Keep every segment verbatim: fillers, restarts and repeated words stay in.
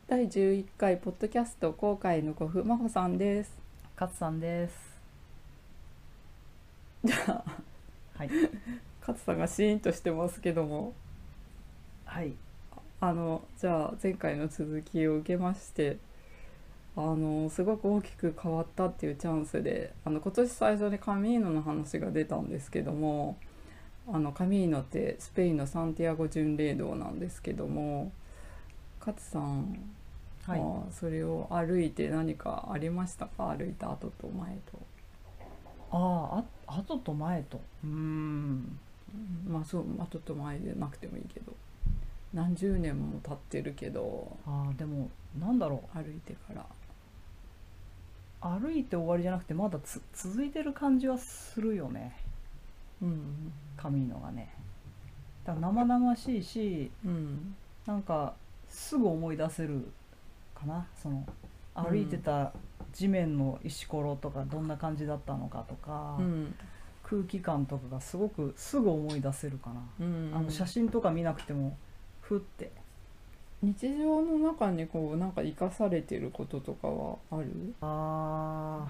だいじゅういっかいポッドキャスト航海のごふまほさんです。 勝さんです。 じゃあはい。 勝さんがシーンとしてますけども、 はい。 あのじゃあ前回の続きを受けまして、あのすごく大きく変わったっていうチャンスで、あの今年最初にカミーノの話が出たんですけども、あのカミーノってスペインのサンティアゴ巡礼道なんですけども、勝さんはい。 はそれを歩いて何かありましたか？歩いた後と前と。 ああ、あ、後と前と。うーん。 まあそう、後と前でなくてもいいけど、何十年も経ってるけどああ、でも、なんだろ歩いてから。 う。歩いて終わりじゃなくて、まだつ続いてる感じはするよね。 うん髪のがね。だから生々しいし、 うんなんか、すぐ思い出せるかな。その、歩いてうんた地面の石ころとか、どんな感じだったのかとか、 うん空気感とかがすごくすぐ思い出せるかな。 うん。 あの写真とか見なくても、ふって日常の中にこうなんか生かされてることとかはある？ あ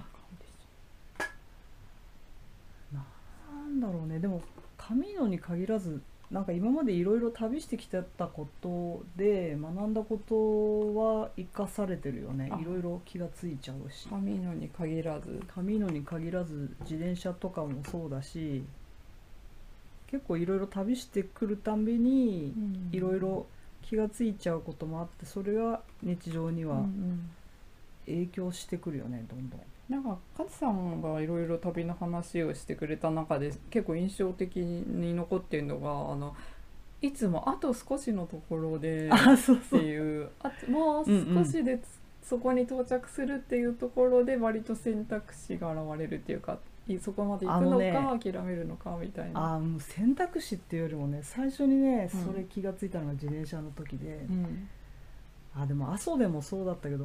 ーなんだろうね。でも神野に限らず、なんか今までいろいろ旅してきてたことで学んだことは生かされてるよね。 あ、 いろいろ気がついちゃうし、 神野に限らず。 神野に限らず自転車とかもそうだし、結構いろいろ旅してくるたんびにうんいろいろ気がついちゃうこともあって、それが日常にうんうはん。 影響してくるよね、どんどん。 なんか勝さんがいろいろ旅の話をしてくれた中で結構印象的に残っているのが、あのいつもあと少しのところであ、そうってそう。 いう、あともううんうん。 少しでつそこに到着するっていうところで割と選択肢が現れるっていうか、いそこまで行あくののね、 か諦めるのかみたいな。 あーもう選択肢っていうよりもね、最初にねそれうん気がついたのが自転車の時で、 うんあでも阿蘇でもそうだったけど、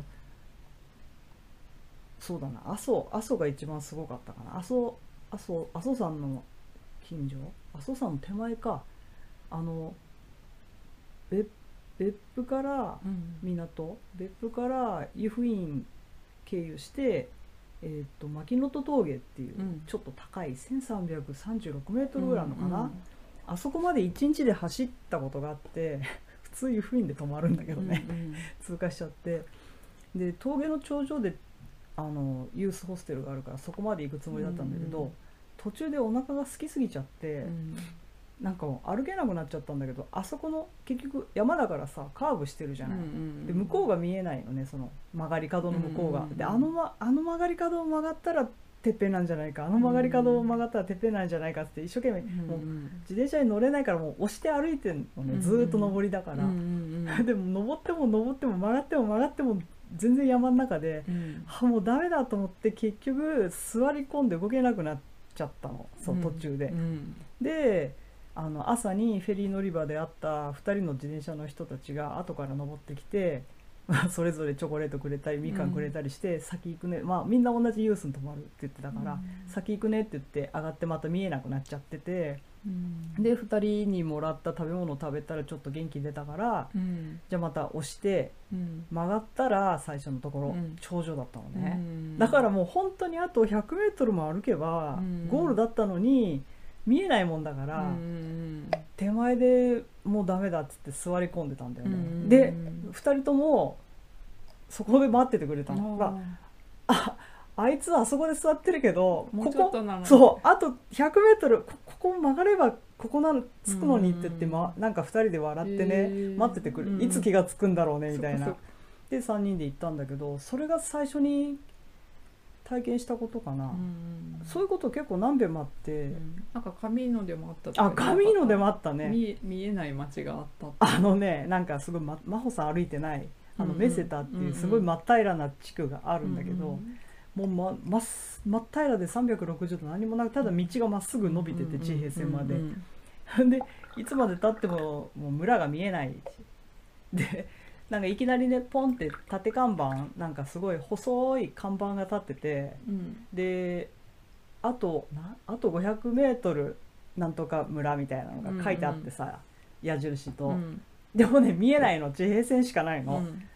そうだな、阿蘇阿蘇が一番すごかったかな。阿蘇阿蘇阿蘇山の近所、阿蘇山の手前か。あの別別府からうん港別府から湯布院経由して、えー、と牧之戸峠っていううんちょっと高いせんさんびゃくさんじゅうろくメートうんルぐらいあるのかな。 うんあそこまでいちにちで走ったことがあって、普通湯布院で止まるんだけうんうどね、 ん通過しちゃって、で峠の頂上であのユースホステルがあるからそこまで行くつもりだったんだけど、途中でお腹が空きすぎちゃって、 うんなんかもう歩けなくなっちゃったんだけど、あそこの結局山だからさ、カーブしてるじゃうんうない。でん向こうが見えないのね、その曲がり角の向こうが。であの、ま、あの曲がり角を曲がったらてっぺんなんじゃないか、あの曲がり角を曲がったらてっぺんなんじゃないかって一生懸命、 うんもう自転車に乗れないからもう押して歩いてんのね、ずーっと上りだかうんうら。 んでも登っても登っても曲がっても曲がっても全然山の中で、 うんあもうダメだと思って結局座り込んで動けなくなっちゃったの、そう途中で。 うんであの朝にフェリー乗り場で会ったふたりの自転車の人たちが後から登ってきてそれぞれチョコレートくれたりみかんくれたりして、先行くね、まあみんな同じユースに泊まるって言ってたから、先行くねって言って上がってまた見えなくなっちゃってて、 うんでふたりにもらった食べ物を食べたらちょっと元気出たから、 うんじゃあまた押してうん曲がったら最初のところ、 うん頂上だったのうね。 んだからもう本当にあとひゃくメートルも歩けばうんゴールだったのに見えないもんだから、 うん手前でもうダメだっつって座り込んでたんだよね。 うんでふたりともそこで待っててくれたの。ほら、ああいつはあそこで座ってるけど、 もうここちょっとなのにそうあとひゃくメートル こ, ここ曲がればここなの着くのにって言って、ま、なんかふたりで笑ってね、 へー待っててくる、 うんいつ気がつくんだろうねみたいな。 そっかでさんにんで行ったんだけど、それが最初に体験したことかな。 そっかうんそういうこと結構何べんもあって、 うんなんか神野でもあったとかあ神野でもああったね。 見見えない街があったってあのね、なんかすごい、ま、真帆さん歩いてないあのうんうんメセタっていうすごい真っ平らな地区があるんだけど、 うんもうままっ真っ平らでさんびゃくろくじゅうど何もなく、ただ道がまっすぐ伸びてて、 うん地平線まで、 うんでいつまでたってももう村が見えないし、でなんかいきなりねポンって縦看板、なんかすごい細い看板が立ってて、 うんであとなあとごひゃくメートルなんとか村みたいなのが書いてあってさ、矢印と、 うんでもね見えないの、地平線しかないの、 うん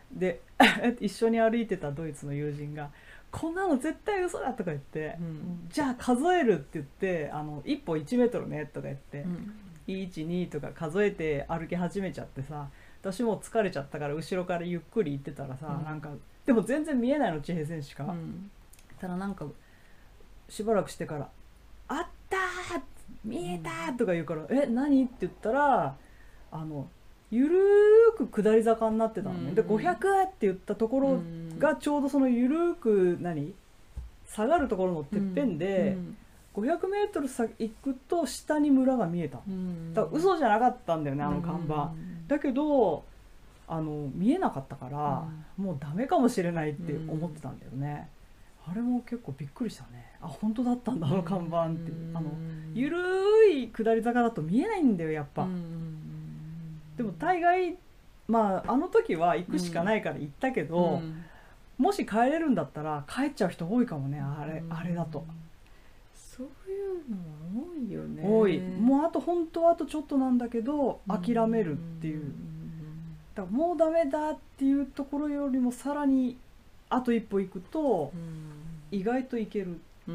で一緒に歩いてたドイツの友人がこんなの絶対嘘だとか言って、 うん、 じゃあ数えるって言ってあの一歩いちメートルねとか言って、 うん、 いちにとか数えて歩き始めちゃってさ、私もう疲れちゃったから後ろからゆっくり行ってたらさ、 うん、 なんかでも全然見えないの、地平線しか、 うん、 たらなんかしばらくしてからあったー見えたーとか言うから、え何って言ったらあのゆるーく下り坂になってたのね、 うん、 でごひゃくって言ったところがちょうどそのゆるーく何下がるところのてっぺんで、 うん、 ごひゃくメートル先行くと下に村が見えた、 うん、 だから嘘じゃなかったんだよねあの看板、 うん、 だけどあの見えなかったから、うん、もうダメかもしれないって思ってたんだよね、うん、あれも結構びっくりしたね、あ本当だったんだあの看板って、うん、あのゆるい下り坂だと見えないんだよやっぱ、うん、でも大概まああの時は行くしかないから行ったけど、うん、もし帰れるんだったら帰っちゃう人多いかもね、あれ、うん、あれだとそういうの多いよね、 多い、もうあと本当はあとちょっとなんだけど諦めるっていう、うん、だからもうダメだっていうところよりもさらにあと一歩行くと意外といける、うん、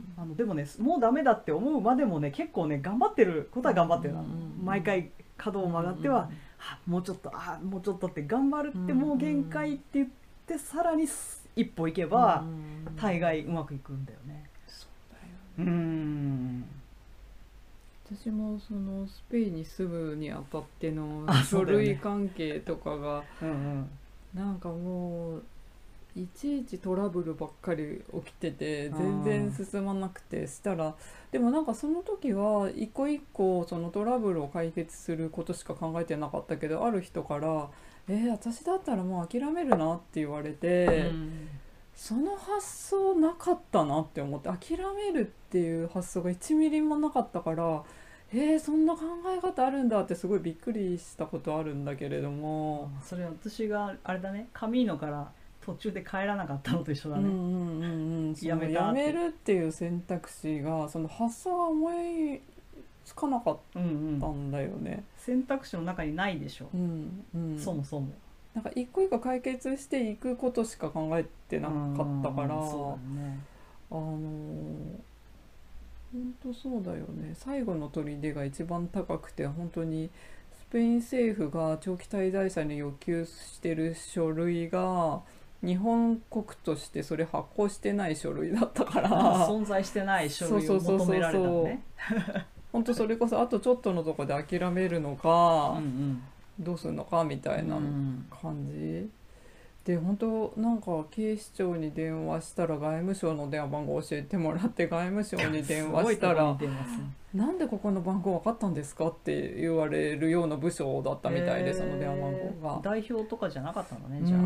あのでもねもうダメだって思うまでもね結構ね頑張ってることは頑張ってるな、うん、毎回角を曲がっては、うん、あもうちょっとあもうちょっとって頑張るってもう限界って言ってさらに一歩行けば大概うまくいくんだよね。 そうだよね、うん、私もそのスペインに住むにあたっての書類関係とかが、うんうん、なんかもういちいちトラブルばっかり起きてて全然進まなくて、したらでもなんかその時は一個一個そのトラブルを解決することしか考えてなかったけど、ある人から「えー、私だったらもう諦めるな」って言われて、うん、その発想なかったなって思って、諦めるっていう発想がいちミリもなかったから、えー、そんな考え方あるんだってすごいびっくりしたことあるんだけれども、 それ私があれだね、カミーノから途中で帰らなかったのと一緒だね。うんうんうんうん、 やめやめるっていう選択肢がその発想が思いつかなかったんだよね、うんうん、 選択肢の中にないでしょ、うんうん、そもそもなんか一個一個解決していくことしか考えてなかったから、うんうん、そうだね、あの本当そうだよね、最後の砦が一番高くて、本当にスペイン政府が長期滞在者に要求してる書類が日本国としてそれ発行してない書類だったから存在してない書類を求められたのね。 本当それこそあとちょっとのとこで諦めるのか、うんうん、どうするのかみたいな感じ、うん、で本当なんか警視庁に電話したら外務省の電話番号教えてもらって、外務省に電話したらなんでここの番号分かったんですかって言われるような部署だったみたいで、その電話番号が代表とかじゃなかったのね、じゃあ、うん、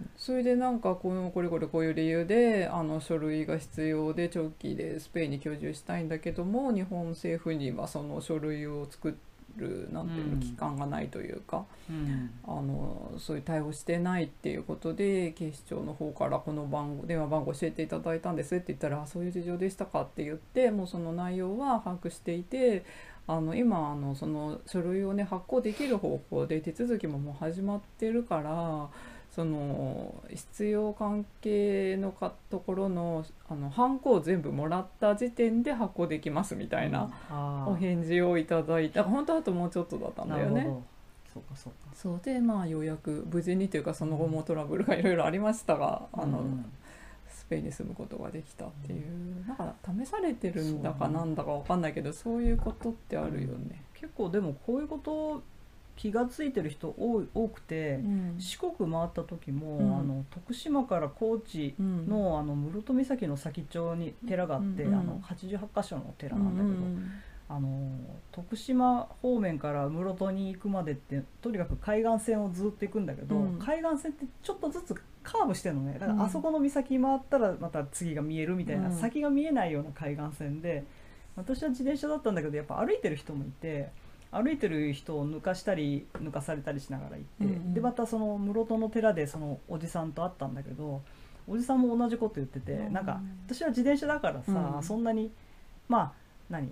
それでなんかこのこれこれこういう理由であの書類が必要で長期でスペインに居住したいんだけども、日本政府にはその書類を作ってなんていうの、期間がないというか、うん、あのそういう対応してないっていうことで警視庁の方からこの番号電話番号教えていただいたんですって言ったら、そういう事情でしたかって言って、もうその内容は把握していて、あの今あのその書類をね発行できる方向で手続きももう始まってるから、その必要関係のかところのあのハンコを全部もらった時点で発行できますみたいなお返事をいただいた。本当はあともうちょっとだったんだよね。 そうかそうか。 そうでまあようやく無事にというか、その後もトラブルがいろいろありましたが、うん、あの、うん、スペインに住むことができたっていう、うん、なんか試されてるんだかなんだか分かんないけど、そういうことってあるよね、うん、 結構でもこういうこと気がついてる人多い多くて、うん、四国回った時も、うん、あの徳島から高知の、うん、あの室戸岬の先っちょに寺があって、うん、あのはちじゅうはちかしょの寺なんだけど、うん、あの徳島方面から室戸に行くまでってとにかく海岸線をずっと行くんだけど、うん、海岸線ってちょっとずつカーブしてるのね。だからあそこの岬回ったらまた次が見えるみたいな、先が見えないような海岸線で、私は自転車だったんだけどやっぱ歩いてる人もいて、歩いてる人を抜かしたり抜かされたりしながら行って、うんうん、でまたその室戸の寺でそのおじさんと会ったんだけど、おじさんも同じこと言ってて、うん、なんか私は自転車だからさ、うん、そんなにまあ何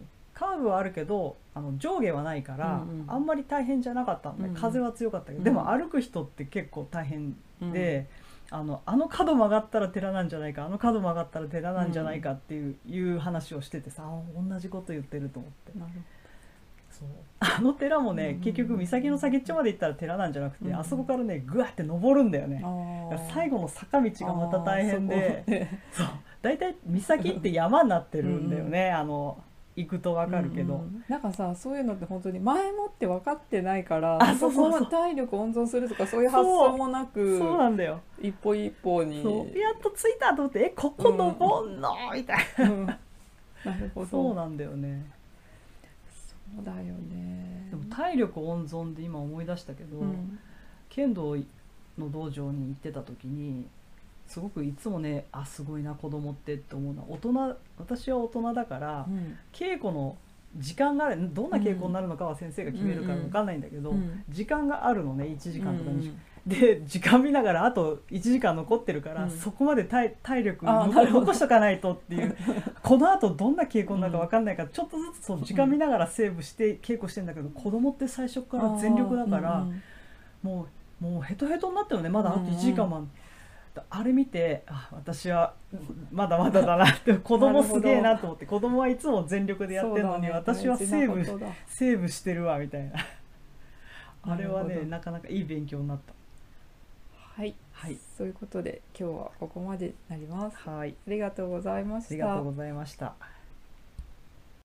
カーブはあるけどあの上下はないから、 うんうん、 あんまり大変じゃなかったんで、 うんうん、 風は強かったけど、うん、でも歩く人って結構大変で、うん、あのあの角曲がったら寺なんじゃないか、あの角曲がったら寺なんじゃないかっていう、うん、いう話をしててさ、同じこと言ってると思って。なるほど。そうあの寺もね、うん、結局岬の先っちょまで行ったら寺なんじゃなくて、うん、あそこからねぐわって登るんだよね。最後の坂道がまた大変で、そうだいたい岬って山になってるんだよね、うん、あの行くと分かるけど、うんうん、 なんかさ、そういうのって本当に前もって分かってないから、あ、そうそうそう、体力温存するとかそういう発想もなく、 そうなんだよ、 一歩一歩に、 そうやっと着いたと思って、えここ登んの、うん、みたいな、うん、なるほど、 そうなんだよね。 そうだよね。 でも体力温存で今思い出したけど、うん、剣道の道場に行ってた時にすごくいつもね、あすごいな子供ってって思うのは、大人、私は大人だから、うん、稽古の時間がある、どんな稽古になるのかは先生が決めるから分かんないんだけど、うんうん、時間があるのね、いちじかんとかにじかん、うんうん、で時間見ながらあといちじかん残ってるから、うん、そこまで 体, 体力残しとかないとっていうこのあとどんな稽古になるか分かんないから、うん、ちょっとずつそう時間見ながらセーブして稽古してんだけど、子供って最初から全力だから、うんうん、もうもうヘトヘトになってるのね、まだあといちじかんも、うんうん、あれ見て、あ私はまだまだだなって子供すげえなと思って、子供はいつも全力でやってるのに、ね、私はセーブセーブしてるわみたいなあれはね、なかなかいい勉強になった。 はい、はい、そういうことで今日はここまでになります。 はい、 ありがとうございました。 ありがとうございました。